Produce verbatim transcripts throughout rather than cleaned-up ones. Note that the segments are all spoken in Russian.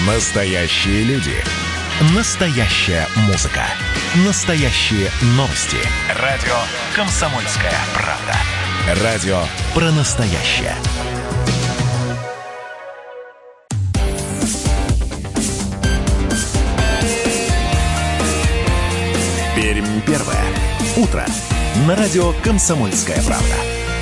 Настоящие люди. Настоящая музыка. Настоящие новости. Радио «Комсомольская правда». Радио про настоящее. Пермь первое. Утро. На радио «Комсомольская правда».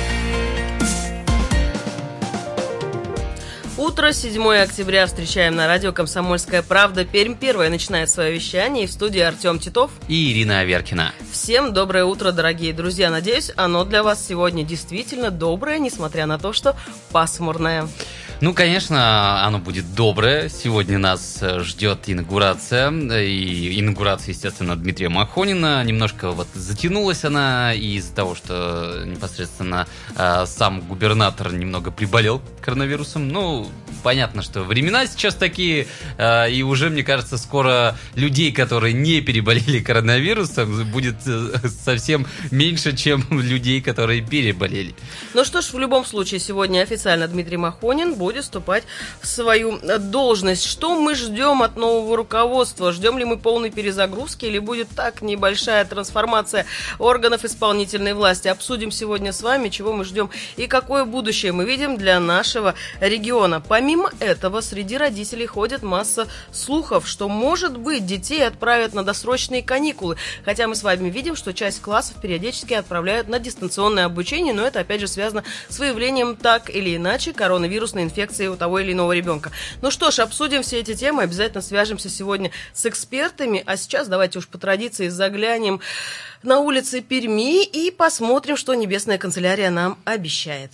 Утро, седьмое октября, встречаем на радио «Комсомольская правда». Пермь первая начинает свое вещание, и в студии Артем Титов и Ирина Аверкина. Всем доброе утро, дорогие друзья. Надеюсь, оно для вас сегодня действительно доброе, несмотря на то, что пасмурное. Ну, конечно, оно будет доброе. Сегодня нас ждет инаугурация. И инаугурация, естественно, Дмитрия Махонина. Немножко вот затянулась она из-за того, что непосредственно э, сам губернатор немного приболел коронавирусом. Ну, понятно, что времена сейчас такие. Э, и уже, мне кажется, скоро людей, которые не переболели коронавирусом, будет совсем меньше, чем людей, которые переболели. Ну что ж, в любом случае, сегодня официально Дмитрий Махонин будет вступать в свою должность. Что мы ждем от нового руководства? Ждем ли мы полной перезагрузки или будет так небольшая трансформация органов исполнительной власти? Обсудим сегодня с вами, чего мы ждем и какое будущее мы видим для нашего региона. Помимо этого, среди родителей ходит масса слухов, что, может быть, детей отправят на досрочные каникулы. Хотя мы с вами видим, что часть классов периодически отправляют на дистанционное обучение, но это, опять же, связано с выявлением так или иначе коронавирусной инфекции у того или иного ребенка. Ну что ж, обсудим все эти темы, обязательно свяжемся сегодня с экспертами, а сейчас давайте уж по традиции заглянем на улицы Перми и посмотрим, что Небесная канцелярия нам обещает.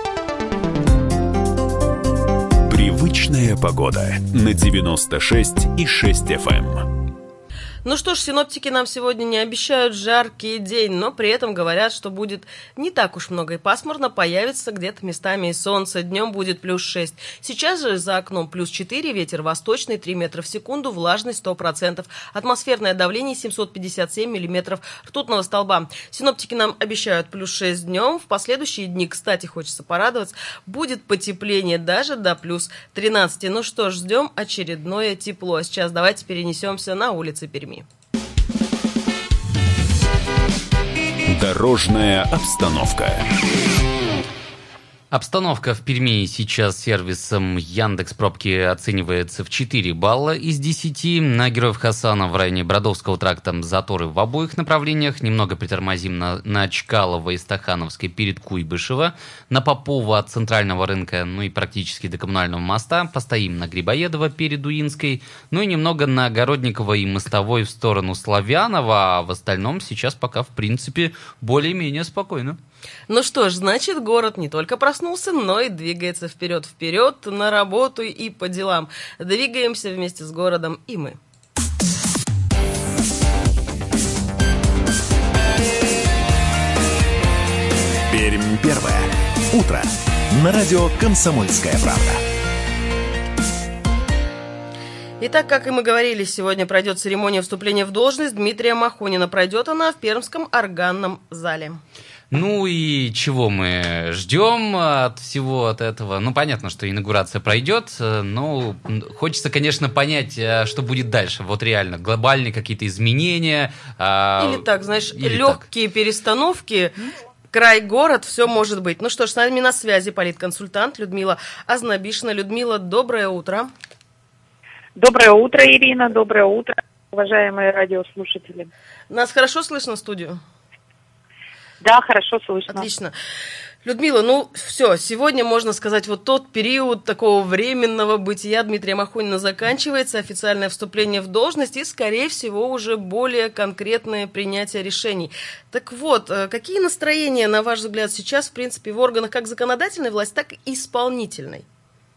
Привычная погода на девяносто шесть и шесть эф эм. Ну что ж, синоптики нам сегодня не обещают жаркий день, но при этом говорят, что будет не так уж много и пасмурно, появится где-то местами и солнце. Днем будет плюс шесть. Сейчас же за окном плюс четыре, ветер восточный, три метра в секунду, влажность сто процентов. Атмосферное давление семьсот пятьдесят семь миллиметров ртутного столба. Синоптики нам обещают плюс шесть днем. В последующие дни, кстати, хочется порадоваться, будет потепление даже до плюс тринадцати. Ну что ж, ждем очередное тепло. Сейчас давайте перенесемся на улицы Перми. Дорожная обстановка. Обстановка в Перми сейчас сервисом Яндекс.Пробки оценивается в четыре балла из десяти. На Героев Хасана в районе Бродовского тракта заторы в обоих направлениях. Немного притормозим на, на Чкалова и Стахановской перед Куйбышево. На Попова от центрального рынка, ну и практически до Коммунального моста. Постоим на Грибоедова перед Уинской. Ну и немного на Огородникова и Мостовой в сторону Славянова. А в остальном сейчас пока, в принципе, более-менее спокойно. Ну что ж, значит, город не только проснулся, но и двигается вперед-вперед на работу и по делам. Двигаемся вместе с городом и мы. Пермь первое. Утро. На радио «Комсомольская правда». Итак, как и мы говорили, сегодня пройдет церемония вступления в должность Дмитрия Махонина. Пройдет она в Пермском органном зале. Ну и чего мы ждем от всего от этого? Ну, понятно, что инаугурация пройдет, но хочется, конечно, понять, что будет дальше. Вот реально, глобальные какие-то изменения. Или так, знаешь, или легкие так. перестановки. Край, город, все может быть. Ну что ж, с нами на связи политконсультант Людмила Ознобишина. Людмила, доброе утро. Доброе утро, Ирина, доброе утро, уважаемые радиослушатели. Нас хорошо слышно в студию? Да, хорошо слышно. Отлично. Людмила, ну все, сегодня, можно сказать, вот тот период такого временного бытия Дмитрия Махонина заканчивается, официальное вступление в должность и, скорее всего, уже более конкретное принятие решений. Так вот, какие настроения, на ваш взгляд, сейчас, в принципе, в органах как законодательной власти, так и исполнительной?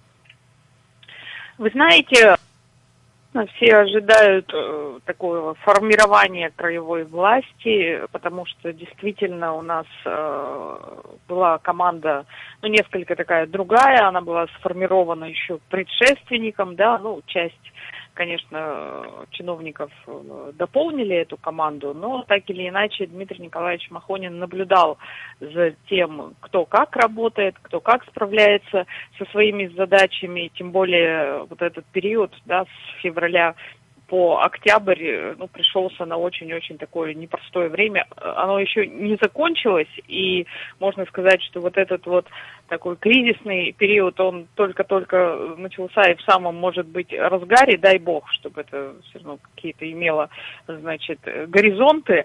Вы знаете, все ожидают э, такого формирования краевой власти, потому что действительно у нас э, была команда, ну, несколько такая другая, она была сформирована еще предшественником, да, ну, часть конечно, чиновников дополнили эту команду, но так или иначе Дмитрий Николаевич Махонин наблюдал за тем, кто как работает, кто как справляется со своими задачами, тем более вот этот период, да, с февраля по октябрь, ну, пришелся на очень-очень такое непростое время. Оно еще не закончилось, и можно сказать, что вот этот вот такой кризисный период, он только-только начался и в самом, может быть, разгаре, дай бог, чтобы это все равно какие-то имело, значит, горизонты.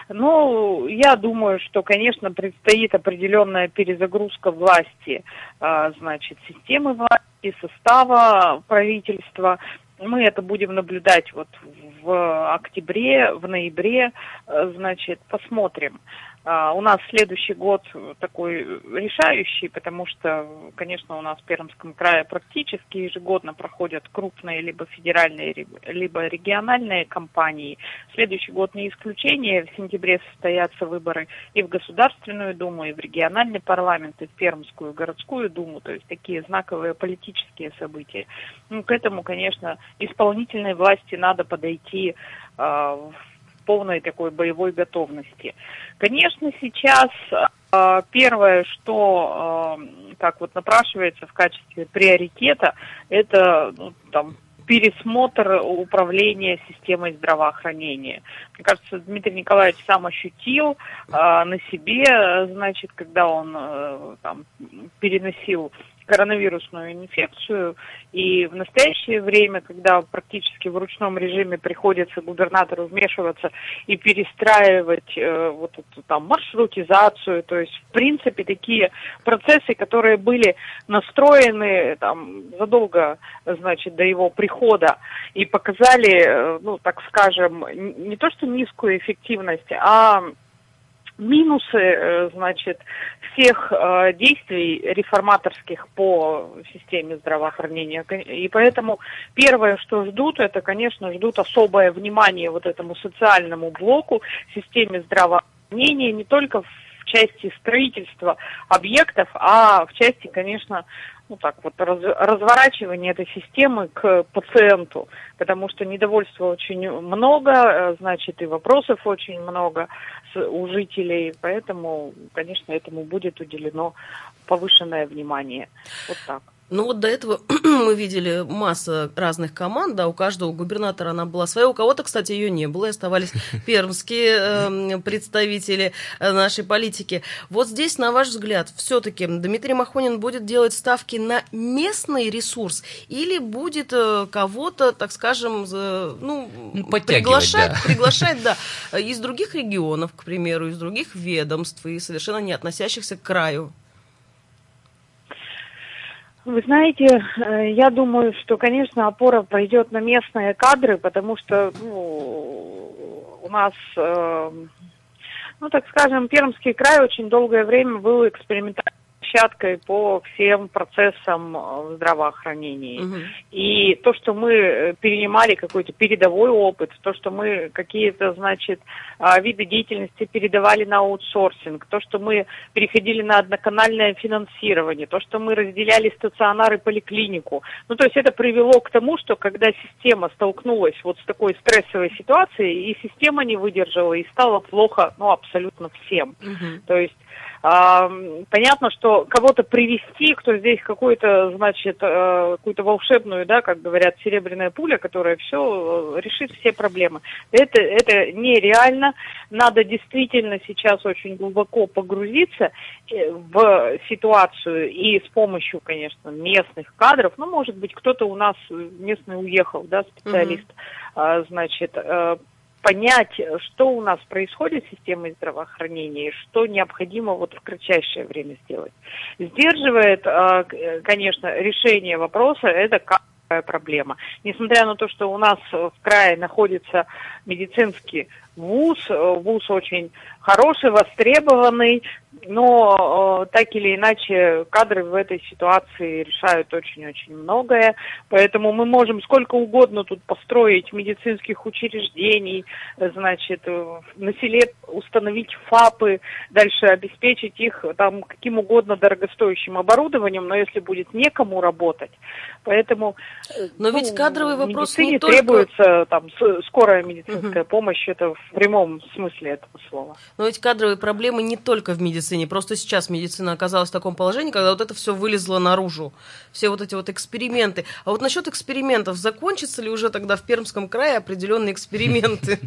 Но я думаю, что, конечно, предстоит определенная перезагрузка власти, значит, системы власти, состава правительства. Мы это будем наблюдать вот в октябре, в ноябре, значит, посмотрим. У нас следующий год такой решающий, потому что, конечно, у нас в Пермском крае практически ежегодно проходят крупные либо федеральные, либо региональные кампании. Следующий год не исключение. В сентябре состоятся выборы и в Государственную Думу, и в региональный парламент, и в Пермскую городскую Думу, то есть такие знаковые политические события. Ну, к этому, конечно, исполнительной власти надо подойти э, в полной такой боевой готовности. Конечно, сейчас э, первое, что э, так вот напрашивается в качестве приоритета, это, ну, там, пересмотр управления системой здравоохранения. Мне кажется, Дмитрий Николаевич сам ощутил э, на себе, значит, когда он э, там переносил коронавирусную инфекцию, и в настоящее время, когда практически в ручном режиме приходится губернатору вмешиваться и перестраивать э, вот эту там маршрутизацию, то есть в принципе такие процессы, которые были настроены там задолго, значит, до его прихода и показали, э, ну, так скажем, не то что низкую эффективность, а минусы, значит, всех э, действий реформаторских по системе здравоохранения. И поэтому первое, что ждут, это, конечно, ждут особое внимание вот этому социальному блоку, системе здравоохранения, не только в части строительства объектов, а в части, конечно, ну так вот, раз, разворачивание этой системы к пациенту, потому что недовольства очень много, значит, и вопросов очень много у жителей, поэтому, конечно, этому будет уделено повышенное внимание. Вот так. Ну вот до этого мы видели масса разных команд, да, у каждого губернатора она была своя, у кого-то, кстати, ее не было, и оставались пермские э, представители нашей политики. Вот здесь, на ваш взгляд, все-таки Дмитрий Махонин будет делать ставки на местный ресурс или будет э, кого-то, так скажем, э, ну, приглашать, да. приглашать, да, из других регионов, к примеру, из других ведомств и совершенно не относящихся к краю? Вы знаете, я думаю, что, конечно, опора пойдет на местные кадры, потому что, ну, у нас, э, ну, так скажем, Пермский край очень долгое время был экспериментальной площадкой по всем процессам в здравоаохранении. Угу. И то, что мы перенимали какой-то передовой опыт, то, что мы какие-то, значит, виды деятельности передавали на аутсорсинг, то, что мы переходили на одноканальное финансирование, то, что мы разделяли стационар и поликлинику. Ну, то есть это привело к тому, что когда система столкнулась вот с такой стрессовой ситуацией, и система не выдержала, и стало плохо, ну, абсолютно всем. Угу. То есть понятно, что кого-то привести, кто здесь какой-то, значит, какую-то волшебную, да, как говорят, серебряная пуля, которая все решит все проблемы. Это, это нереально. Надо действительно сейчас очень глубоко погрузиться в ситуацию и с помощью, конечно, местных кадров. Ну, может быть, кто-то у нас местный уехал, да, специалист, mm-hmm. значит, понять, что у нас происходит с системой здравоохранения, что необходимо вот в кратчайшее время сделать. Сдерживает, конечно, решение вопроса, это кадровая проблема. Несмотря на то, что у нас в крае находится медицинский вуз. Вуз очень хороший, востребованный, но э, так или иначе кадры в этой ситуации решают очень-очень многое, поэтому мы можем сколько угодно тут построить медицинских учреждений, значит, на селе установить ФАПы, дальше обеспечить их там каким угодно дорогостоящим оборудованием, но если будет некому работать, поэтому но ну, ведь кадровый вопрос медицине не только... требуется там скорая медицинская угу. помощь, это в прямом смысле этого слова. Но ведь кадровые проблемы не только в медицине, просто сейчас медицина оказалась в таком положении, когда вот это все вылезло наружу, все вот эти вот эксперименты. А вот насчет экспериментов, закончатся ли уже тогда в Пермском крае определенные эксперименты?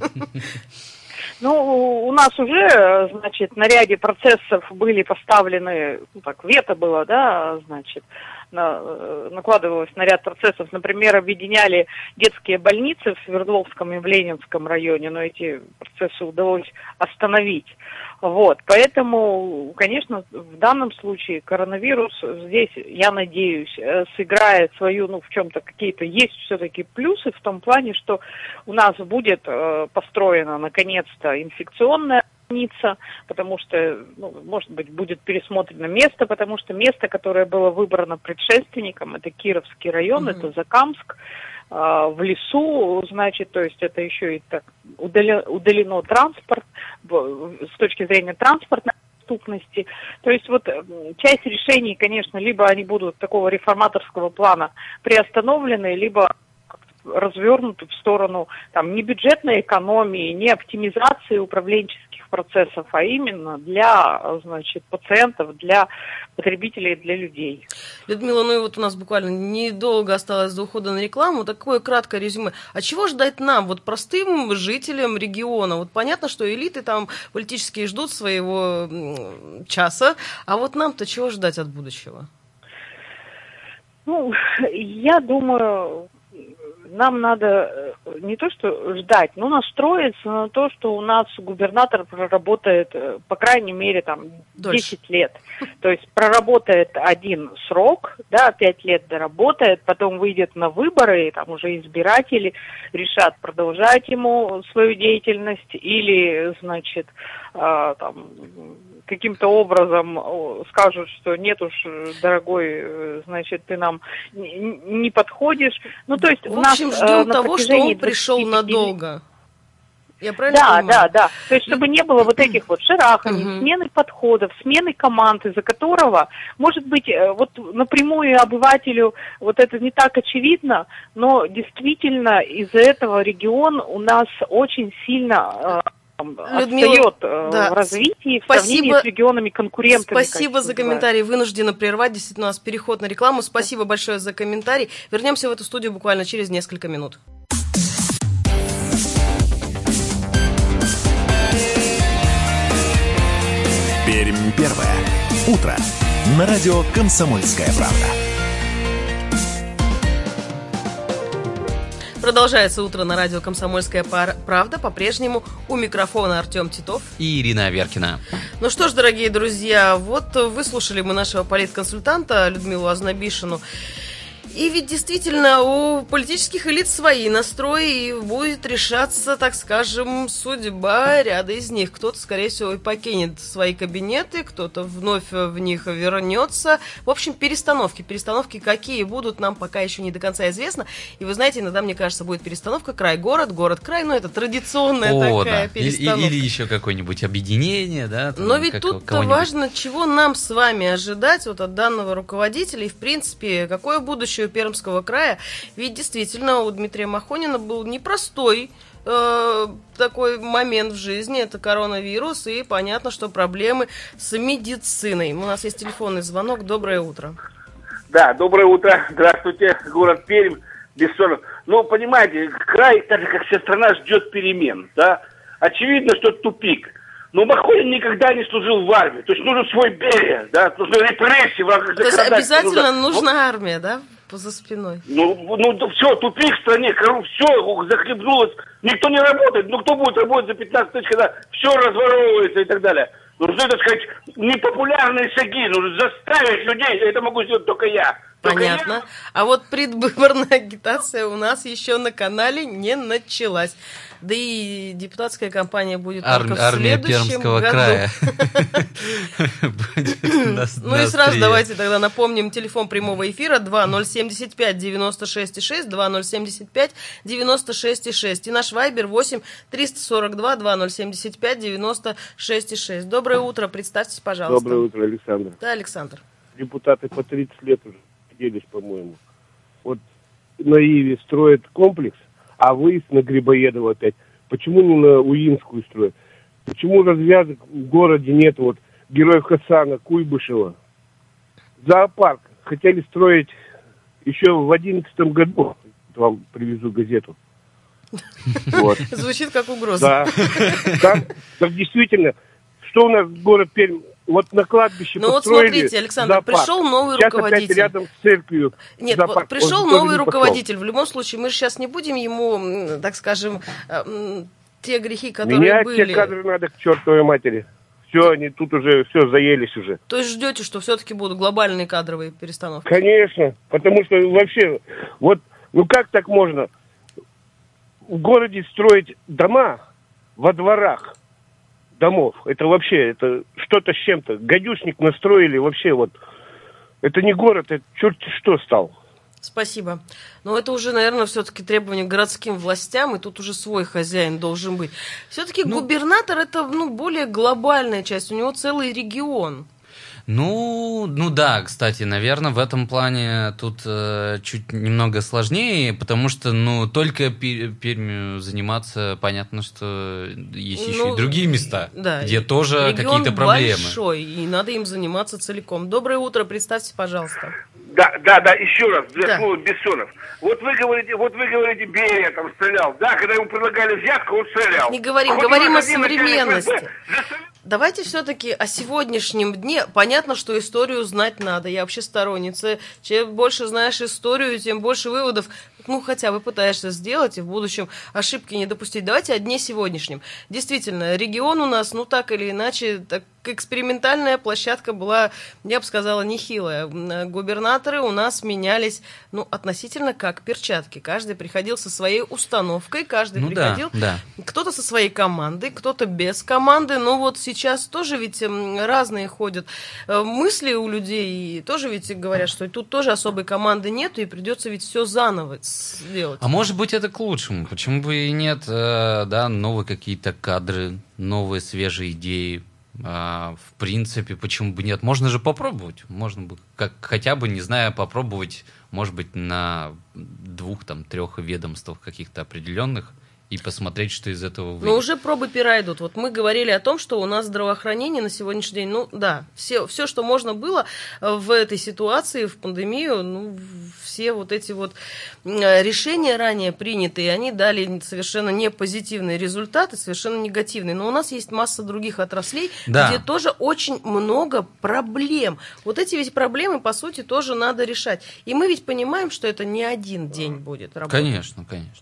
Ну, у нас уже, значит, на ряде процессов были поставлены, ну так, вето было, да, значит, на, накладывалось на ряд процессов. Например, объединяли детские больницы в Свердловском и в Ленинском районе, но эти процессы удалось остановить. Вот, поэтому, конечно, в данном случае коронавирус здесь, я надеюсь, сыграет свою, ну, в чем-то какие-то есть все-таки плюсы в том плане, что у нас будет э, построена, наконец-то, инфекционная больница, потому что, ну, может быть, будет пересмотрено место, потому что место, которое было выбрано предшественником, это Кировский район, mm-hmm. это Закамск, э, в лесу, значит, то есть это еще и так удалено, удалено транспорт, с точки зрения транспортной доступности. То есть вот часть решений, конечно, либо они будут такого реформаторского плана приостановлены, либо развернуты в сторону там, не бюджетной экономии, не оптимизации управленческих процессов, а именно для, значит, пациентов, для потребителей, для людей. Людмила, ну и вот у нас буквально недолго осталось до ухода на рекламу. Такое краткое резюме. А чего ждать нам, вот простым жителям региона? Вот понятно, что элиты там политические ждут своего часа, а вот нам-то чего ждать от будущего? Ну, я думаю... Нам надо не то что ждать, но настроиться на то, что у нас губернатор проработает, по крайней мере, там, десять лет. То есть проработает один срок, да, пять лет доработает, потом выйдет на выборы, и там уже избиратели решат, продолжать ему свою деятельность или, значит, э, там... каким-то образом скажут, что нет уж, дорогой, значит, ты нам не подходишь. Ну, то есть в у нас общем, ждем на того, что он пришел надолго. Я правильно да, понимаю? да, да. То есть, чтобы не было вот этих вот шараханий, uh-huh. смены подходов, смены команд, из-за которого, может быть, вот напрямую обывателю вот это не так очевидно, но действительно из-за этого регион у нас очень сильно... Людмила, отстает да. в развитии в Спасибо. сравнении с регионами-конкурентами. Спасибо за комментарий. Вынуждена прервать. Действительно, у нас переход на рекламу. Спасибо большое за комментарий. Вернемся в эту студию буквально через несколько минут. Пермь первое. Утро. На радио «Комсомольская правда». Продолжается утро на радио «Комсомольская правда». По-прежнему у микрофона Артем Титов и Ирина Аверкина. Ну что ж, дорогие друзья, вот выслушали мы нашего политконсультанта Людмилу Ознобишину. И ведь действительно у политических элит свои настрои, и будет решаться, так скажем, судьба ряда из них. Кто-то, скорее всего, и покинет свои кабинеты, кто-то вновь в них вернется. В общем, перестановки. Перестановки какие будут, нам пока еще не до конца известно. И вы знаете, иногда, мне кажется, будет перестановка край-город, город-край. Ну, это традиционная О, такая да. перестановка. Или, или еще какое-нибудь объединение, да? Там, Но ведь тут важно, чего нам с вами ожидать вот от данного руководителя. И, в принципе, какое будущее Пермского края, ведь действительно у Дмитрия Махонина был непростой э, такой момент в жизни, это коронавирус, и понятно, что проблемы с медициной. У нас есть телефонный звонок. Доброе утро. Да, доброе утро. Здравствуйте, город Пермь, Бессонов. Ну, понимаете, край, так же как вся страна, ждет перемен, да. Очевидно, что тупик. Но Махонин никогда не служил в армии. То есть нужен свой Берия, да, нужны репрессии. То есть обязательно нужно... нужна армия, да, за спиной? Ну, ну, все, тупик в стране, все захлебнулось. Никто не работает. Ну, кто будет работать за пятнадцать тысяч, когда все разворовывается и так далее? Нужны, так сказать, непопулярные шаги. Нужно заставить людей, это могу сделать только я. Понятно. А вот предвыборная агитация у нас еще на канале не началась. Да и депутатская кампания будет Ар- только в армия следующем Пермского году. края. Ну и сразу давайте тогда напомним телефон прямого эфира два ноль семь пять девяносто шесть шесть, два ноль семь пять девяносто шесть шесть. И наш вайбер восемь триста сорок два два ноль семь пять девяносто шесть шесть. Доброе утро, представьтесь, пожалуйста. Доброе утро, Александр. Да, Александр. Депутаты по тридцать лет уже сиделись, по-моему. Вот на Иве строят комплекс, а выезд на Грибоедово опять. Почему не на Уинскую строят? Почему развязок в городе нет? Вот Героев Хасана, Куйбышева. Зоопарк хотели строить еще в одиннадцатом году. Вам привезу газету. Вот. Звучит как угроза. Да. Так, так действительно, что у нас город Пермь? Вот на кладбище Ну вот построили смотрите, Александр, зоопарк. пришел новый Сейчас руководитель. опять рядом с церковью Нет, зоопарк. пришел Он новый тоже не руководитель. В любом случае, мы же сейчас не будем ему, м, так скажем, э, м, те грехи, которые Менять были. те кадры надо к чертовой матери. Все, они тут уже, все, заелись уже. То есть ждете, что все-таки будут глобальные кадровые перестановки? Конечно, потому что вообще, вот, ну как так можно в городе строить дома во дворах домов? Это вообще, это что-то с чем-то. Гадюшник настроили вообще вот. Это не город, это черт что стал. Спасибо. Но это уже, наверное, все-таки требование к городским властям, и тут уже свой хозяин должен быть. Все-таки Ну, губернатор это ну, более глобальная часть, у него целый регион. Ну, ну да, кстати, наверное, в этом плане тут э, чуть немного сложнее, потому что, ну, только Пер- Пермью заниматься, понятно, что есть еще Ну, и другие места, да, где тоже регион какие-то проблемы. большой, и надо им заниматься целиком. Доброе утро, представьте, пожалуйста. Да, да, да, еще раз, для Да. слова Бессонов. Вот вы говорите, вот вы говорите, Берия там стрелял. Да, когда ему предлагали взятку, он стрелял. Не говорим, Хоть говорим о один начальник современности. эф эс бэ заставлял. Давайте все-таки о сегодняшнем дне. Понятно, что историю знать надо. Я вообще сторонница. Чем больше знаешь историю, тем больше выводов, ну, хотя бы пытаешься сделать и в будущем ошибки не допустить. Давайте о дне сегодняшнем. Действительно, регион у нас, ну, так или иначе, так, экспериментальная площадка была, я бы сказала, нехилая. Губернаторы у нас менялись, ну, относительно как перчатки. Каждый приходил со своей установкой, каждый Ну да, приходил, да. кто-то со своей командой, кто-то без команды, но вот сейчас тоже ведь м, разные ходят э, мысли у людей, и тоже ведь говорят, что тут тоже особой команды нету, и придется ведь все заново сделать. А может быть, это к лучшему? Почему бы и нет, э, да, новые какие-то кадры, новые свежие идеи. А, в принципе, почему бы нет? Можно же попробовать. Можно бы, как, хотя бы, не знаю, попробовать, может быть, на двух, там, трех ведомствах каких-то определенных и посмотреть, что из этого выйдет. Но уже пробы пера идут. Вот мы говорили о том, что у нас здравоохранение на сегодняшний день, ну да, все, все, что можно было в этой ситуации, в пандемию, ну, все вот эти вот решения ранее принятые, они дали совершенно не позитивные результаты, совершенно негативные. Но у нас есть масса других отраслей, Да. где тоже очень много проблем. Вот эти ведь проблемы, по сути, тоже надо решать. И мы ведь понимаем, что это не один день будет работать. Конечно, конечно.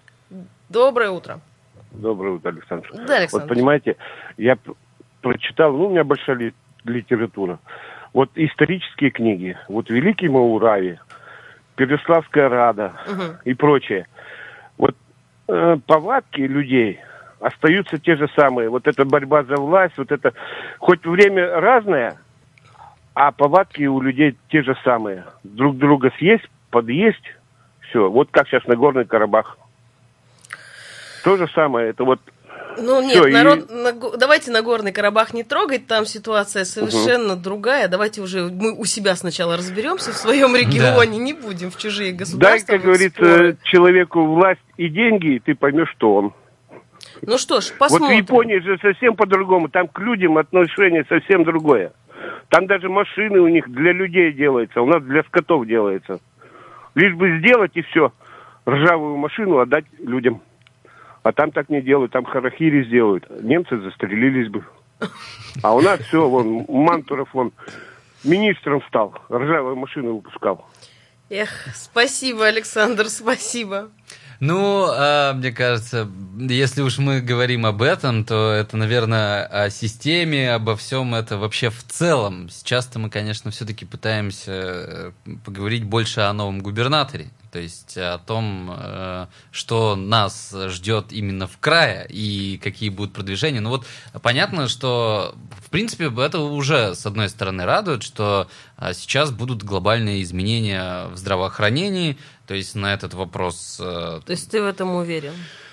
Доброе утро. Доброе утро, Александр. Да, Александр. Вот понимаете, я п- прочитал, ну, у меня большая ли- литература. Вот исторические книги, вот Великий Маурави, Переславская Рада Мгм. и прочее. Вот э, повадки людей остаются те же самые. Вот эта борьба за власть, вот это, хоть время разное, а повадки у людей те же самые. Друг друга съесть, подъесть, все. Вот как сейчас Нагорный Карабах. То же самое, это вот... Ну нет, Всё, и- народ, Наго- давайте Нагорный Карабах не трогать, там ситуация совершенно другая. Давайте уже мы у себя сначала разберемся в своем регионе, не будем в чужие Дай, государства. как вот говорится, споры. человеку власть и деньги, и ты поймешь, что он. Ну что ж, Вот в посмотрим. Японии же совсем по-другому. Там к людям отношение совсем другое. Там даже машины у них для людей делаются, у нас для скотов делается. Лишь бы сделать и все. Ржавую машину отдать людям. А там так не делают, там харахири сделают. Немцы застрелились бы. А у нас все, вон, Мантуров, вон, министром стал, ржавую машину выпускал. Эх, спасибо, Александр, спасибо. Ну, э, мне кажется, если уж мы говорим об этом, то это, наверное, о системе, обо всем это вообще в целом. Сейчас-то мы, конечно, все-таки пытаемся поговорить больше о новом губернаторе, то есть о том, э, что нас ждет именно в крае и какие будут продвижения. Ну вот понятно, что, в принципе, это уже, с одной стороны, радует, что сейчас будут глобальные изменения в здравоохранении. То есть на этот вопрос... То есть ты в этом уверен?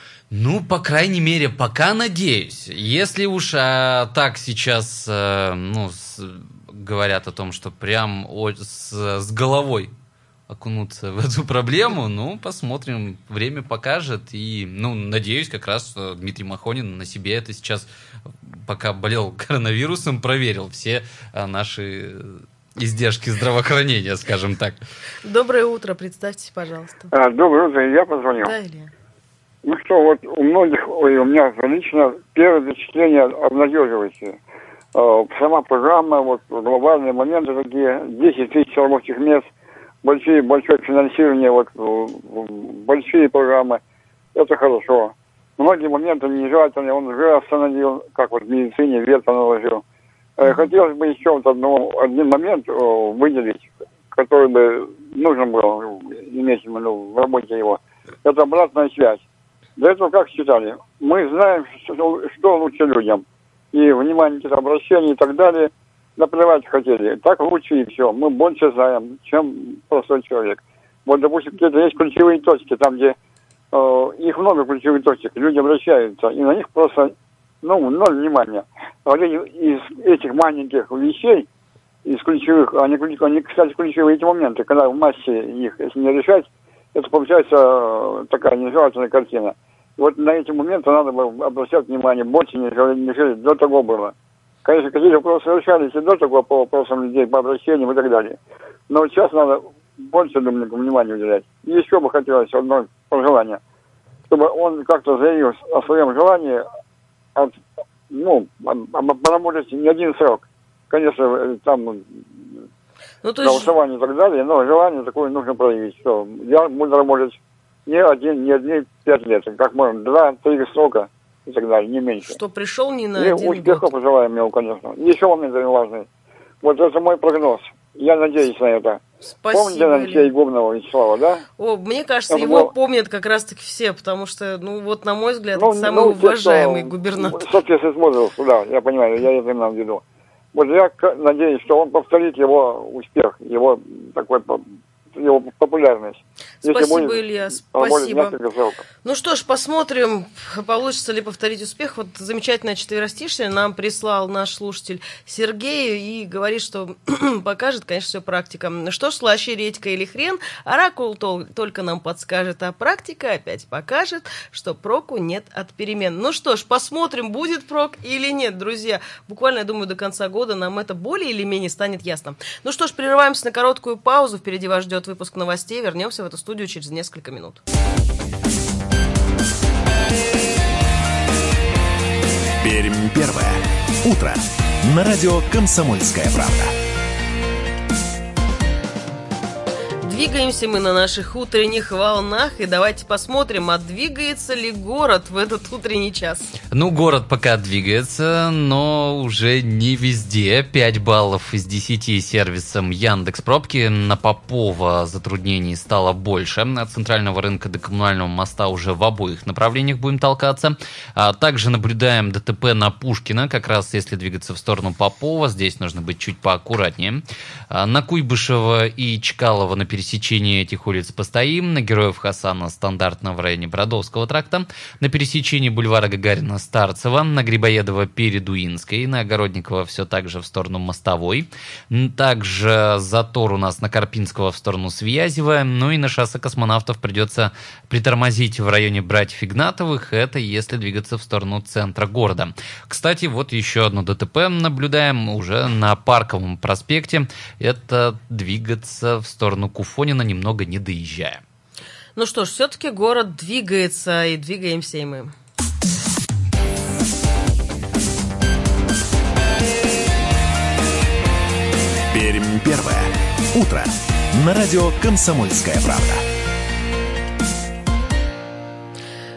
Ну, по крайней мере, пока надеюсь. Если уж а, так сейчас ну, с, говорят о том, что прям о, с, с головой окунуться в эту проблему, ну, посмотрим, время покажет. И, ну, надеюсь, как раз, что Дмитрий Махонин на себе это сейчас, пока болел коронавирусом, проверил все а, наши... издержки здравоохранения, скажем так. Доброе утро, представьтесь, пожалуйста. А, доброе утро, я позвонил. Да, Илья. Ну что, вот у многих, ой, у меня лично первое впечатление обнадеживающее. А, сама программа, вот глобальные моменты такие, десять тысяч рабочих мест, большие, большое финансирование, вот большие программы, это хорошо. Многие моменты нежелательные он уже остановил, как вот в медицине вето наложил. Хотелось бы еще вот одну, один момент о, выделить, который бы нужно было иметь ну, в работе его. Это обратная связь. До этого как считали? Мы знаем, что, что лучше людям. И внимание, какие-то обращения и так далее. Наплевать хотели. Так лучше и все. Мы больше знаем, чем простой человек. Вот, допустим, какие-то есть ключевые точки, там, где э, их много ключевых точек, люди обращаются, и на них просто... Ну, ноль внимания. А вот из этих маленьких вещей, из ключевых, они, они, кстати, ключевые эти моменты, когда в массе их, если не решать, это получается такая нежелательная картина. Вот на эти моменты надо было обращать внимание больше, нежели до того было. Конечно, какие-то вопросы решались и до того по вопросам людей, по обращениям и так далее. Но сейчас надо больше, думаю, внимания уделять. И еще бы хотелось одно пожелание, чтобы он как-то заявил о своем желании от, ну, поработать не один срок. Конечно, там ну, то голосование есть... и так далее, но желание такое нужно проявить, что я буду работать не один, не одни пять лет, как можно, два-три срока и так далее, не меньше. Что пришел не на и один успехов год. Пожелаем ему, конечно. Еще момент важный. Вот это мой прогноз. Я надеюсь на это. Спасибо, помните Алексея Губного Вячеслава, да? О, мне кажется, это его был... помнят как раз-таки все, потому что, ну, вот, на мой взгляд, ну, это самый ну, уважаемый те, губернатор. Соответственно, с возрастом, да, я понимаю, я это имел в виду. Вот я надеюсь, что он повторит его успех, его такой его популярность. Спасибо, будет, Илья, спасибо. Ну что ж, посмотрим, получится ли повторить успех. Вот замечательное четверостишье нам прислал наш слушатель Сергей и говорит, что покажет, конечно, все практика. Что ж, слаще редька или хрен, оракул только нам подскажет, а практика опять покажет, что проку нет от перемен. Ну что ж, посмотрим, будет прок или нет, друзья. Буквально, я думаю, до конца года нам это более или менее станет ясно. Ну что ж, прерываемся на короткую паузу. Впереди вас ждет выпуск новостей. Вернемся в эту студию через несколько минут. Пермь первое. Утро. На радио «Комсомольская правда». Двигаемся мы на наших утренних волнах, и давайте посмотрим, а двигается ли город в этот утренний час. Ну, город пока двигается, но уже не везде. пять баллов из десяти сервисом Яндекс.Пробки. На Попова затруднений стало больше. От центрального рынка до коммунального моста уже в обоих направлениях будем толкаться. А также наблюдаем ДТП на Пушкина, как раз если двигаться в сторону Попова. Здесь нужно быть чуть поаккуратнее. А на Куйбышева и Чкалова на пересечении В пересечении этих улиц постоим. На Героев Хасана стандартно в районе Бродовского тракта. На пересечении бульвара Гагарина Старцева. На Грибоедова перед Уинской. На Огородникова все так же в сторону Мостовой. Также затор у нас на Карпинского в сторону Свиязева. Ну и на шоссе Космонавтов придется притормозить в районе Братьев Игнатовых. Это если двигаться в сторону центра города. Кстати, вот еще одно ДТП наблюдаем уже на Парковом проспекте. Это двигаться в сторону Куфонина, немного не доезжая. Ну что ж, все-таки город двигается, и двигаемся и мы. Пермь первое. Утро. На радио «Комсомольская правда».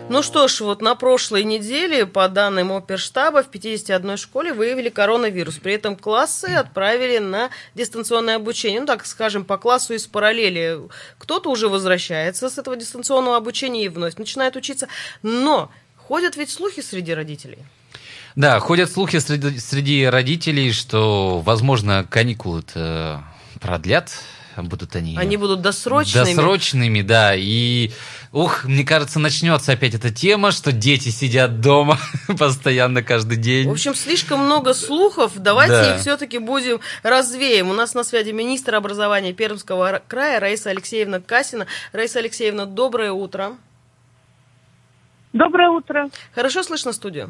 Ну что ж, вот на прошлой неделе, по данным оперштаба, в пятидесяти одной школе выявили коронавирус. При этом классы отправили на дистанционное обучение. Ну, так скажем, по классу из параллели. Кто-то уже возвращается с этого дистанционного обучения и вновь начинает учиться. Но ходят ведь слухи среди родителей. Да, ходят слухи среди, среди родителей, что, возможно, каникулы-то продлят. Будут они... Они будут досрочными. Досрочными, да. И, ух, мне кажется, начнется опять эта тема, что дети сидят дома постоянно каждый день. В общем, слишком много слухов. Давайте да. их все-таки будем развеем. У нас на связи министр образования Пермского края Раиса Алексеевна Касина. Раиса Алексеевна, доброе утро. Доброе утро. Хорошо слышно студию?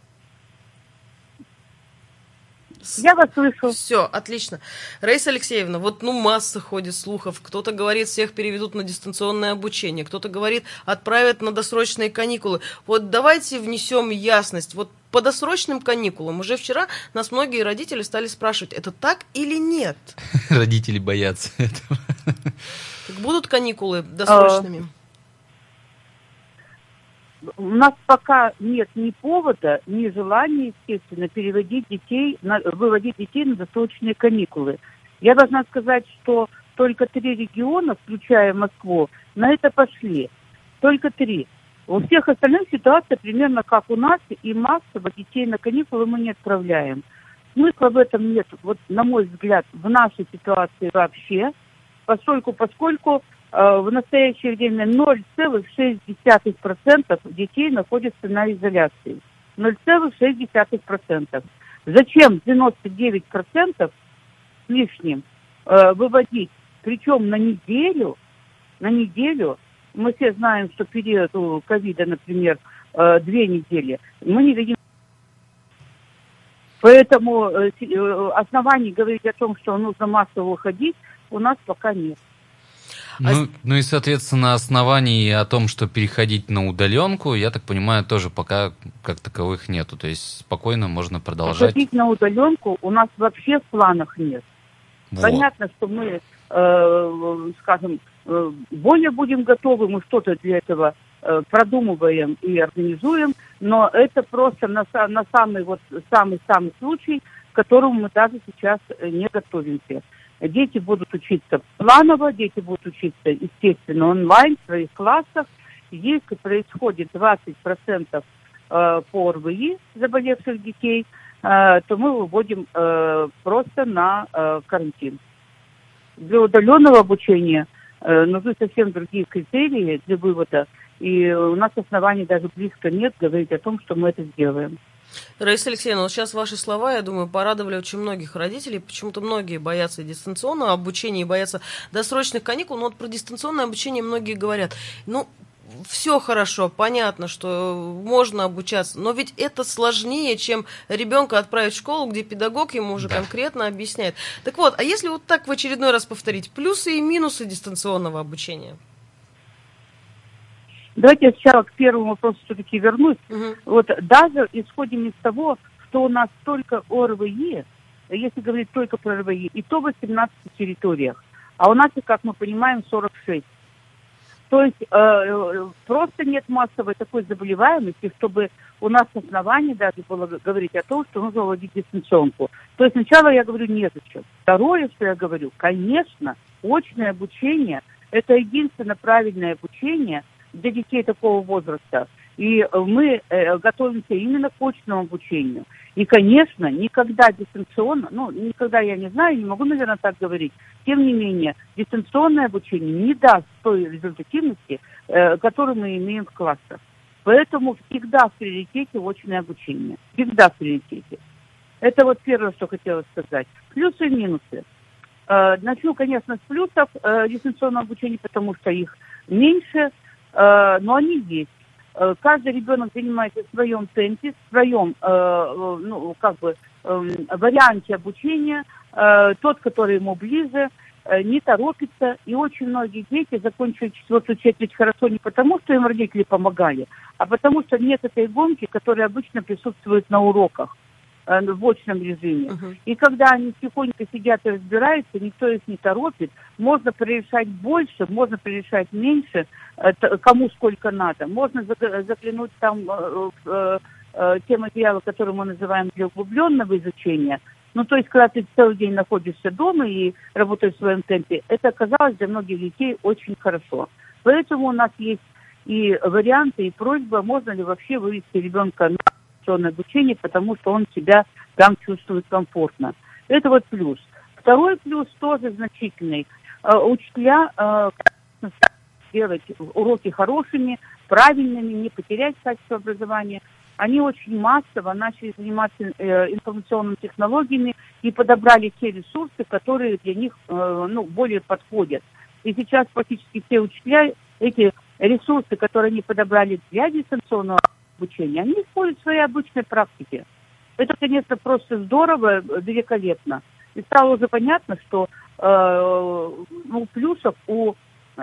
Я вас слышу. Все, отлично. Раиса Алексеевна, вот ну масса ходит слухов. Кто-то говорит, всех переведут на дистанционное обучение, кто-то говорит, отправят на досрочные каникулы. Вот давайте внесем ясность. Вот по досрочным каникулам уже вчера нас многие родители стали спрашивать, это так или нет? Родители боятся этого. Так будут каникулы досрочными? У нас пока нет ни повода, ни желания, естественно, переводить детей, на, выводить детей на досрочные каникулы. Я должна сказать, что только три региона, включая Москву, на это пошли. Только три. У всех остальных ситуация примерно как у нас, и массово детей на каникулы мы не отправляем. Смысла в этом нет, вот на мой взгляд, в нашей ситуации вообще, поскольку, поскольку в настоящее время ноль целых шесть десятых процента детей находятся на изоляции. ноль целых шесть десятых процента. Зачем девяносто девять процентов лишним э, выводить? Причем на неделю, на неделю, мы все знаем, что период у ковида, например, э, две недели, мы не видим. Поэтому э, оснований говорить о том, что нужно массово уходить, у нас пока нет. Ну, ну и, соответственно, оснований о том, что переходить на удаленку, я так понимаю, тоже пока как таковых нету. То есть спокойно можно продолжать. Переходить на удаленку у нас вообще в планах нет. Вот. Понятно, что мы, э, скажем, э, более будем готовы, мы что-то для этого э, продумываем и организуем, но это просто на, на самый вот самый-самый случай, к которому мы даже сейчас не готовимся. Дети будут учиться планово, дети будут учиться, естественно, онлайн в своих классах. Если происходит двадцать процентов по эр вэ и заболевших детей, то мы выводим просто на карантин. Для удаленного обучения нужны совсем другие критерии для вывода, и у нас оснований даже близко нет говорить о том, что мы это сделаем. Раиса Алексеевна, вот сейчас ваши слова, я думаю, порадовали очень многих родителей. Почему-то многие боятся дистанционного обучения и боятся досрочных каникул. Но вот про дистанционное обучение многие говорят. Ну, все хорошо, понятно, что можно обучаться, но ведь это сложнее, чем ребенка отправить в школу, где педагог ему уже да. конкретно объясняет. Так вот, а если вот так в очередной раз повторить, плюсы и минусы дистанционного обучения? Давайте я сначала к первому вопросу все-таки вернусь. Угу. Вот даже исходим из того, что у нас только о эр вэ и, если говорить только про эр вэ и, и то в восемнадцати территориях, а у нас, как мы понимаем, сорок шесть. То есть э, просто нет массовой такой заболеваемости, чтобы у нас оснований даже было говорить о том, что нужно вводить дистанционку. То есть сначала я говорю незачем. Второе, что я говорю, конечно, очное обучение – это единственно правильное обучение для детей такого возраста. И мы э, готовимся именно к очному обучению. И, конечно, никогда дистанционно, ну, никогда я не знаю, не могу, наверное, так говорить, тем не менее, дистанционное обучение не даст той результативности, э, которую мы имеем в классах. Поэтому всегда в приоритете очное обучение. Всегда в приоритете. Это вот первое, что хотела сказать. Плюсы и минусы. Э, начну, конечно, с плюсов э, дистанционного обучения, потому что их меньше, э, но они есть. Каждый ребенок занимается в своем темпе, в своем э, ну, как бы, э, варианте обучения, э, тот, который ему ближе, э, не торопится. И очень многие дети закончили четвертую четверть хорошо не потому, что им родители помогали, а потому что нет этой гонки, которая обычно присутствует на уроках. э, в очном режиме. Uh-huh. И когда они тихонько сидят и разбираются, никто их не торопит, можно прорешать больше, можно прорешать меньше, э, т- кому сколько надо. Можно за- заглянуть там э, э, э, те материалы, которые мы называем для углубленного изучения. Ну, то есть, когда ты целый день находишься дома и работаешь в своем темпе, это оказалось для многих детей очень хорошо. Поэтому у нас есть и варианты, и просьба, можно ли вообще вывести ребенка на дистанционное обучение, потому что он себя там чувствует комфортно. Это вот плюс. Второй плюс тоже значительный. Э, учителя э, делать уроки хорошими, правильными, не потерять качество образования. Они очень массово начали заниматься э, информационными технологиями и подобрали те ресурсы, которые для них э, ну, более подходят. И сейчас практически все учителя эти ресурсы, которые они подобрали для дистанционного обучения, они используют в своей обычной практике. Это, конечно, просто здорово, великолепно. И стало уже понятно, что э, ну, плюсов у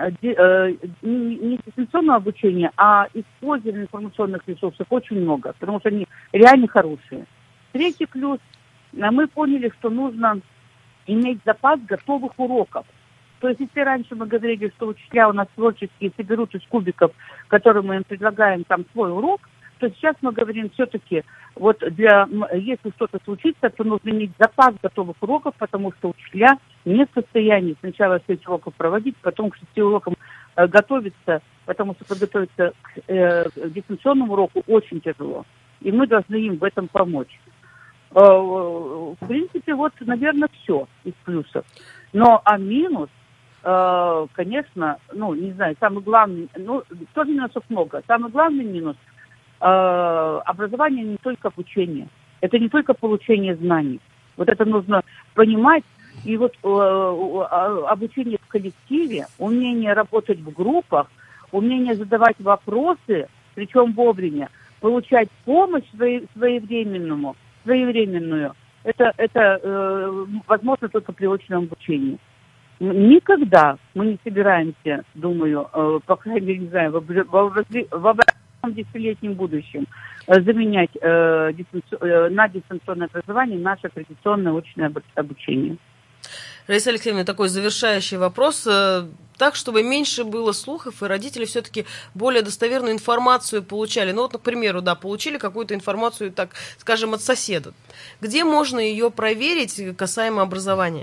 не дистанционного обучения, а использования информационных ресурсов очень много, потому что они реально хорошие. Третий плюс. Мы поняли, что нужно иметь запас готовых уроков. То есть, если раньше мы говорили, что учителя у нас творческие соберут из кубиков, которые мы им предлагаем, там свой урок, то сейчас мы говорим все-таки, вот для, если что-то случится, то нужно иметь запас готовых уроков, потому что учителя не в состоянии сначала шесть уроков проводить, потом к шести урокам э, готовиться, потому что подготовиться к, э, к дистанционному уроку очень тяжело. И мы должны им в этом помочь. Э, в принципе, вот, наверное, все из плюсов. Но а минус, э, конечно, ну, не знаю, самый главный, ну, тоже минусов много. Самый главный минус – образование не только обучение. Это не только получение знаний. Вот это нужно понимать. И вот э, обучение в коллективе, умение работать в группах, умение задавать вопросы, причем вовремя, получать помощь своевременному, своевременную, это, это э, возможно только при очном обучении. Никогда мы не собираемся, думаю, э, по крайней мере, не знаю, в в десятилетнем будущем заменять э, дистанци... э, на дистанционное образование наше традиционное очное обучение. Раиса Алексеевна, такой завершающий вопрос. Так, чтобы меньше было слухов, и родители все-таки более достоверную информацию получали. Ну вот, к примеру, да, получили какую-то информацию, так скажем, от соседа. Где можно ее проверить касаемо образования?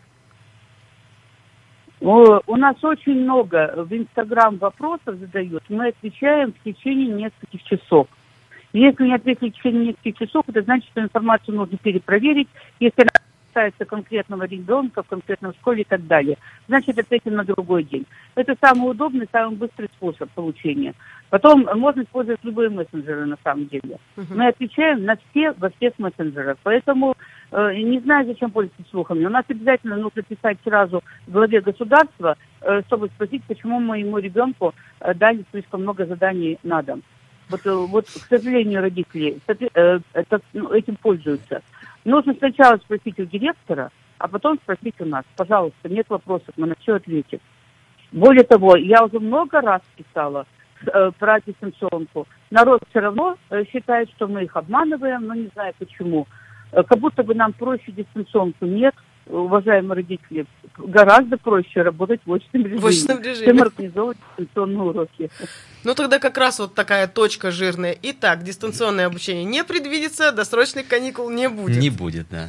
У нас очень много в Инстаграм вопросов задают. Мы отвечаем в течение нескольких часов. Если не ответили в течение нескольких часов, это значит, что информацию нужно перепроверить. Если она касается конкретного ребенка в конкретной школе и так далее, значит, ответим на другой день. Это самый удобный, самый быстрый способ получения. Потом можно использовать любые мессенджеры на самом деле. Uh-huh. Мы отвечаем на все, во всех мессенджерах. Поэтому э, не знаю, зачем пользоваться слухами. У нас обязательно нужно писать сразу главе государства, э, чтобы спросить, почему моему ребенку э, дали слишком много заданий на дом. Вот, э, вот к сожалению, родители э, это, ну, этим пользуются. Нужно сначала спросить у директора, а потом спросить у нас. Пожалуйста, нет вопросов, мы на все ответим. Более того, я уже много раз писала э, про дистанционку. Народ все равно э, считает, что мы их обманываем, но не знаю почему. Э, как будто бы нам проще дистанционку. Нет, уважаемые родители, гораздо проще работать в очном режиме, в очном режиме. чем организовывать дистанционные уроки. Ну тогда как раз вот такая точка жирная. Итак, дистанционное обучение не предвидится, досрочных каникул не будет. Не будет, да.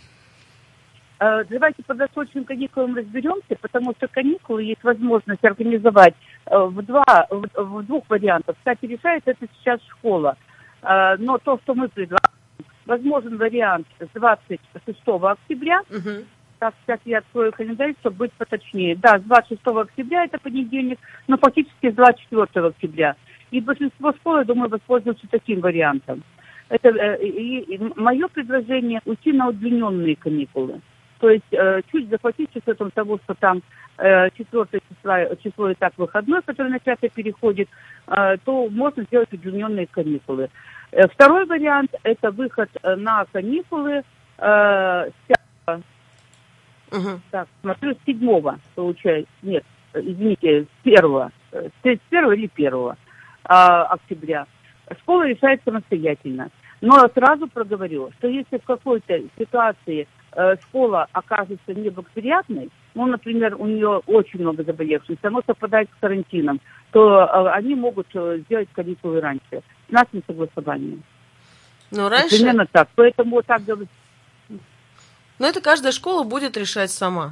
Давайте по досрочным каникулам разберемся, потому что каникулы есть возможность организовать в, два, в двух вариантах. Кстати, решает это сейчас школа. Но то, что мы предлагаем, возможен вариант с двадцать шестого октября. Угу. Так, сейчас я открою календарь, чтобы быть поточнее. Да, с двадцать шестого октября это понедельник, но фактически с двадцать четвёртого октября. И большинство школ, я думаю, воспользуются таким вариантом. Это и, и мое предложение уйти на удлиненные каникулы. То есть э, чуть захватить с учетом того, что там э, четвёртое число, число и так выходной, который на пятое переходит, э, то можно сделать удлиненные каникулы. Э, второй вариант – это выход на каникулы э, с пятого, uh-huh. так, смотрю, с седьмого, получается, нет, извините, с первого, с первого или первого э, октября. Школа решает самостоятельно. Но сразу проговорю, что если в какой-то ситуации э, школа окажется неблагоприятной, ну, например, у нее очень много заболевших, оно совпадает с карантином, то э, они могут э, сделать каникулы раньше, с нашим согласованием. Но раньше... Примерно так. Поэтому вот так говорить. Но это каждая школа будет решать сама.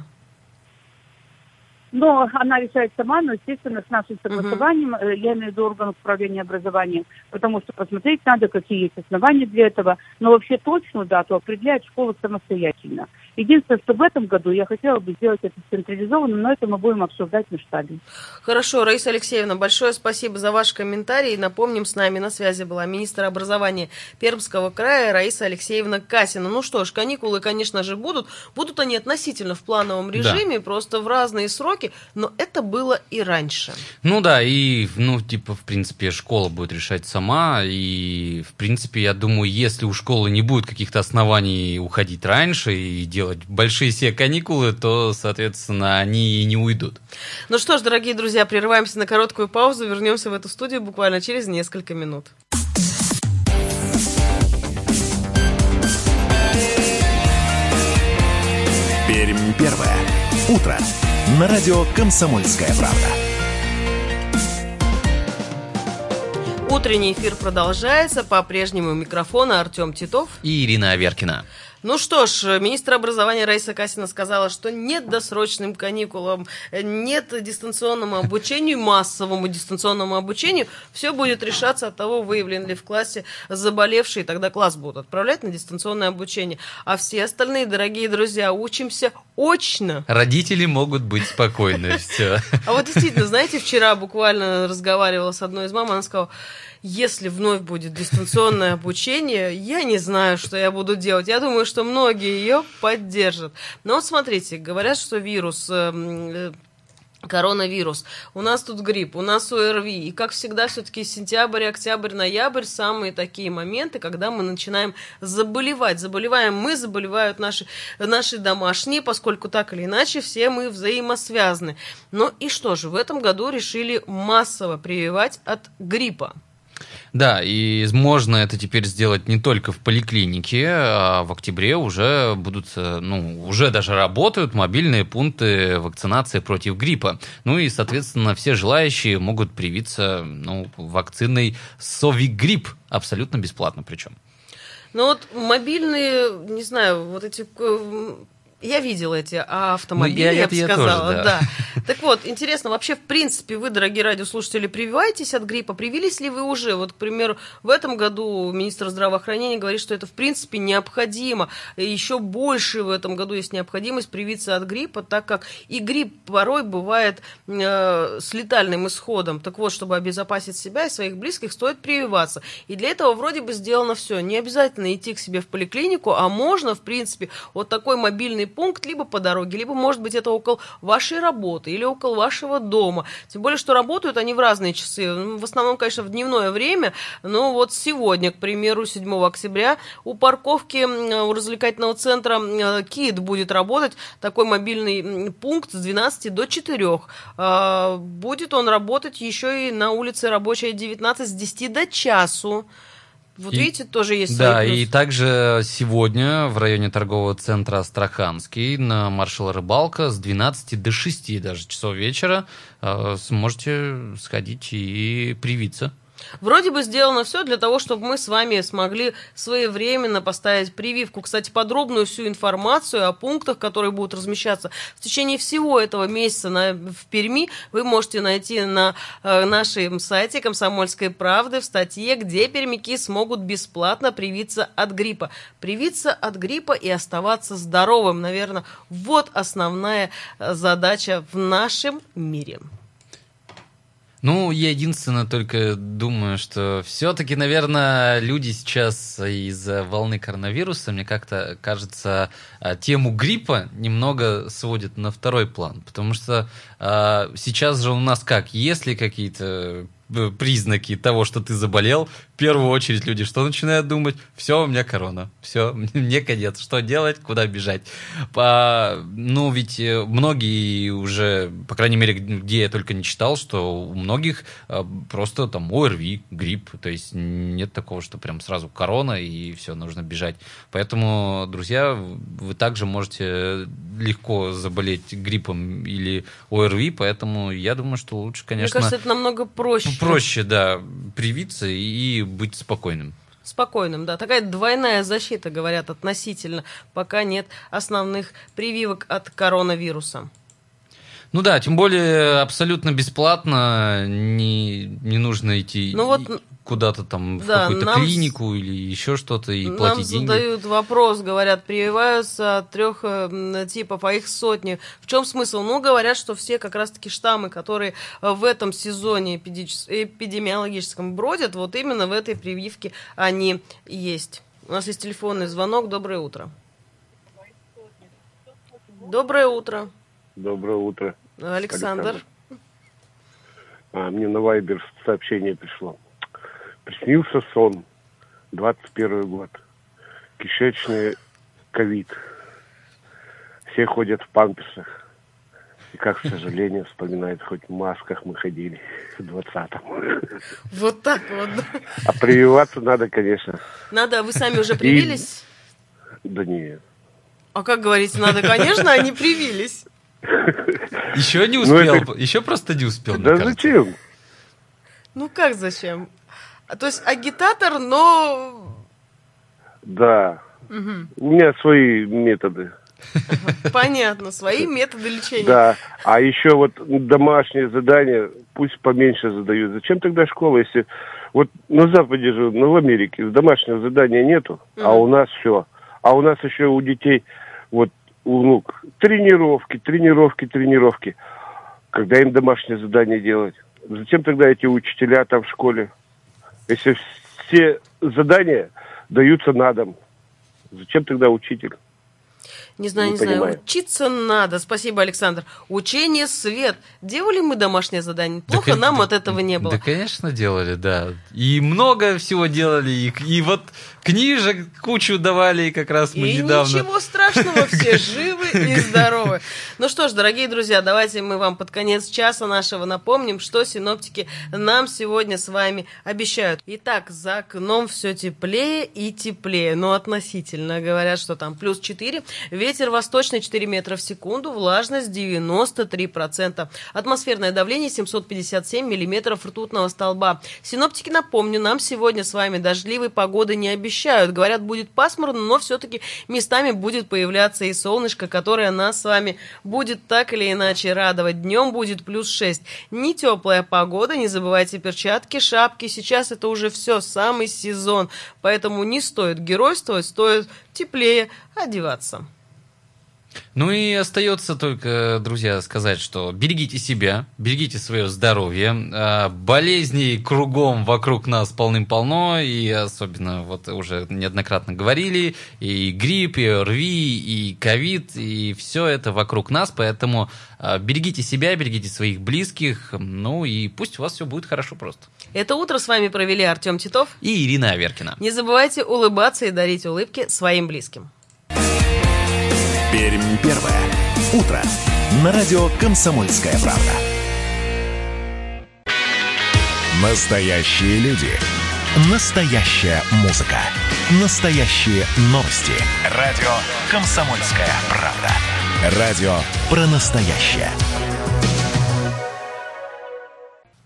Но она решает сама, но, естественно, с нашим согласованием, uh-huh. я имею в виду органов управления образованием, потому что посмотреть надо, какие есть основания для этого. Но вообще точную дату определяет школа самостоятельно. Единственное, что в этом году я хотела бы сделать это централизованно, но это мы будем обсуждать на штабе. Хорошо, Раиса Алексеевна, большое спасибо за ваш комментарий. Напомним, с нами на связи была министр образования Пермского края Раиса Алексеевна Касина. Ну что ж, каникулы, конечно же, будут. Будут они относительно в плановом режиме, да. Просто в разные сроки, но это было и раньше. Ну да, и, ну, типа, в принципе, школа будет решать сама, и, в принципе, я думаю, если у школы не будет каких-то оснований уходить раньше и делать большие себе каникулы, то, соответственно, они и не уйдут. Ну что ж, дорогие друзья, прерываемся на короткую паузу, вернемся в эту студию буквально через несколько минут. Пермь первое. Утро. На радио «Комсомольская правда». Утренний эфир продолжается. По-прежнему у микрофона Артем Титов и Ирина Аверкина. Ну что ж, министр образования Раиса Касина сказала, что нет досрочным каникулам, нет дистанционному обучению, массовому дистанционному обучению. Все будет решаться от того, выявлен ли в классе заболевший, и тогда класс будут отправлять на дистанционное обучение. А все остальные, дорогие друзья, учимся очно. Родители могут быть спокойны. Все. А вот действительно, знаете, вчера буквально разговаривала с одной из мам, она сказала... Если вновь будет дистанционное обучение, я не знаю, что я буду делать. Я думаю, что многие ее поддержат. Но вот смотрите, говорят, что вирус... Э, коронавирус, у нас тут грипп, у нас ОРВИ, и как всегда все-таки сентябрь, октябрь, ноябрь самые такие моменты, когда мы начинаем заболевать, заболеваем мы, заболевают наши, наши домашние, поскольку так или иначе все мы взаимосвязаны. Ну и что же, в этом году решили массово прививать от гриппа. Да, и можно это теперь сделать не только в поликлинике, а в октябре уже будут, ну, уже даже работают мобильные пункты вакцинации против гриппа. Ну и, соответственно, все желающие могут привиться, ну, вакциной Совигрипп абсолютно бесплатно причем. Ну вот мобильные, не знаю, вот эти... Я видела эти автомобили, ну, я, я бы сказала. Тоже, да. Да. Так вот, интересно, вообще, в принципе, вы, дорогие радиослушатели, прививаетесь от гриппа? Привились ли вы уже? Вот, к примеру, в этом году министр здравоохранения говорит, что это, в принципе, необходимо. И еще больше в этом году есть необходимость привиться от гриппа, так как и грипп порой бывает э, с летальным исходом. Так вот, чтобы обезопасить себя и своих близких, стоит прививаться. И для этого вроде бы сделано все. Не обязательно идти к себе в поликлинику, а можно, в принципе, вот такой мобильный пункт либо по дороге, либо, может быть, это около вашей работы или около вашего дома. Тем более, что работают они в разные часы. В основном, конечно, в дневное время, но вот сегодня, к примеру, седьмого октября, у парковки у развлекательного центра КИД будет работать такой мобильный пункт с двенадцати до четырёх. Будет он работать еще и на улице Рабочая, девятнадцать, с десяти до часу. Вот и, видите, тоже есть да, свои плюсы. И также сегодня в районе торгового центра Астраханский на Маршала Рыбалка с двенадцати до шести даже часов вечера э, сможете сходить и привиться. Вроде бы сделано все для того, чтобы мы с вами смогли своевременно поставить прививку. Кстати, подробную всю информацию о пунктах, которые будут размещаться в течение всего этого месяца на, в Перми, вы можете найти на э, нашем сайте «Комсомольской правды» в статье, где пермяки смогут бесплатно привиться от гриппа. Привиться от гриппа и оставаться здоровым. Наверное, вот основная задача в нашем мире. Ну, я единственное только думаю, что все-таки, наверное, люди сейчас из-за волны коронавируса, мне как-то кажется, тему гриппа немного сводят на второй план. Потому что э, сейчас же у нас как, если какие-то признаки того, что ты заболел, в первую очередь люди что начинают думать? Все, у меня корона, все, мне конец, что делать, куда бежать? По, ну, ведь многие уже, по крайней мере, где я только не читал, что у многих просто там ОРВИ, грипп, то есть нет такого, что прям сразу корона и все, нужно бежать. Поэтому, друзья, вы также можете легко заболеть гриппом или ОРВИ, поэтому я думаю, что лучше, конечно... Мне кажется, это намного проще. Проще, да, привиться и быть спокойным. Спокойным, да. Такая двойная защита, говорят, относительно, пока нет основных прививок от коронавируса. Ну да, тем более абсолютно бесплатно, не, не нужно идти ну вот, куда-то там в да, какую-то нам, клинику или еще что-то и платить деньги. Нам задают вопрос, говорят, прививаются от трех э, типов, а их сотни. В чем смысл? Ну, говорят, что все как раз-таки штаммы, которые в этом сезоне эпидемиологическом бродят, вот именно в этой прививке они есть. У нас есть телефонный звонок. Доброе утро. Доброе утро. Доброе утро. Александр. Александр. А, мне на Вайбер сообщение пришло. Приснился сон. двадцать первый год. Кишечный ковид. Все ходят в памперсах. И как, к сожалению, вспоминают, хоть в масках мы ходили в двадцатом. Вот так вот. А прививаться надо, конечно. Надо, вы сами уже привились? И... Да нет. А как говорите, надо, конечно, они привились. Еще не успел, это... еще просто не успел. Да зачем? Ну как зачем? То есть агитатор, но... Да. Угу. У меня свои методы. Ага. Понятно, свои методы лечения. Да, а еще вот домашние задания пусть поменьше задают. Зачем тогда школа, если... Вот на Западе же, ну в Америке домашнего задания нету, угу. а у нас все. А у нас еще у детей... Вот у внук тренировки, тренировки, тренировки. Когда им домашнее задание делать? Зачем тогда эти учителя там в школе? Если все задания даются на дом, зачем тогда учитель? Не знаю, не, не знаю. Учиться надо. Спасибо, Александр. Учение свет. Делали мы домашнее задание? Плохо да, нам да, от этого не было. Да, конечно, делали, да. И много всего делали. И, и вот книжек кучу давали как раз мы и недавно. И ничего страшного, все живы и здоровы. Ну что ж, дорогие друзья, давайте мы вам под конец часа нашего напомним, что синоптики нам сегодня с вами обещают. Итак, за окном все теплее и теплее. Но относительно говорят, что там плюс четыре. Ветер восточный четыре метра в секунду, влажность девяносто три процента. Атмосферное давление семьсот пятьдесят семь миллиметров ртутного столба. Синоптики, напомню, нам сегодня с вами дождливой погоды не обещают. Говорят, будет пасмурно, но все-таки местами будет появляться и солнышко, которое нас с вами будет так или иначе радовать. Днем будет плюс шесть. Не теплая погода, не забывайте перчатки, шапки. Сейчас это уже все, самый сезон. Поэтому не стоит геройствовать, стоит теплее одеваться. Ну и остается только, друзья, сказать, что берегите себя, берегите свое здоровье. Болезней кругом вокруг нас полным-полно, и особенно, вот уже неоднократно говорили, и грипп, и ОРВИ, и ковид, и все это вокруг нас, поэтому берегите себя, берегите своих близких, ну и пусть у вас все будет хорошо просто. Это утро с вами провели Артем Титов и Ирина Аверкина. Не забывайте улыбаться и дарить улыбки своим близким. Пермь первое. Утро. На радио «Комсомольская правда». Настоящие люди. Настоящая музыка. Настоящие новости. Радио «Комсомольская правда». Радио про настоящее.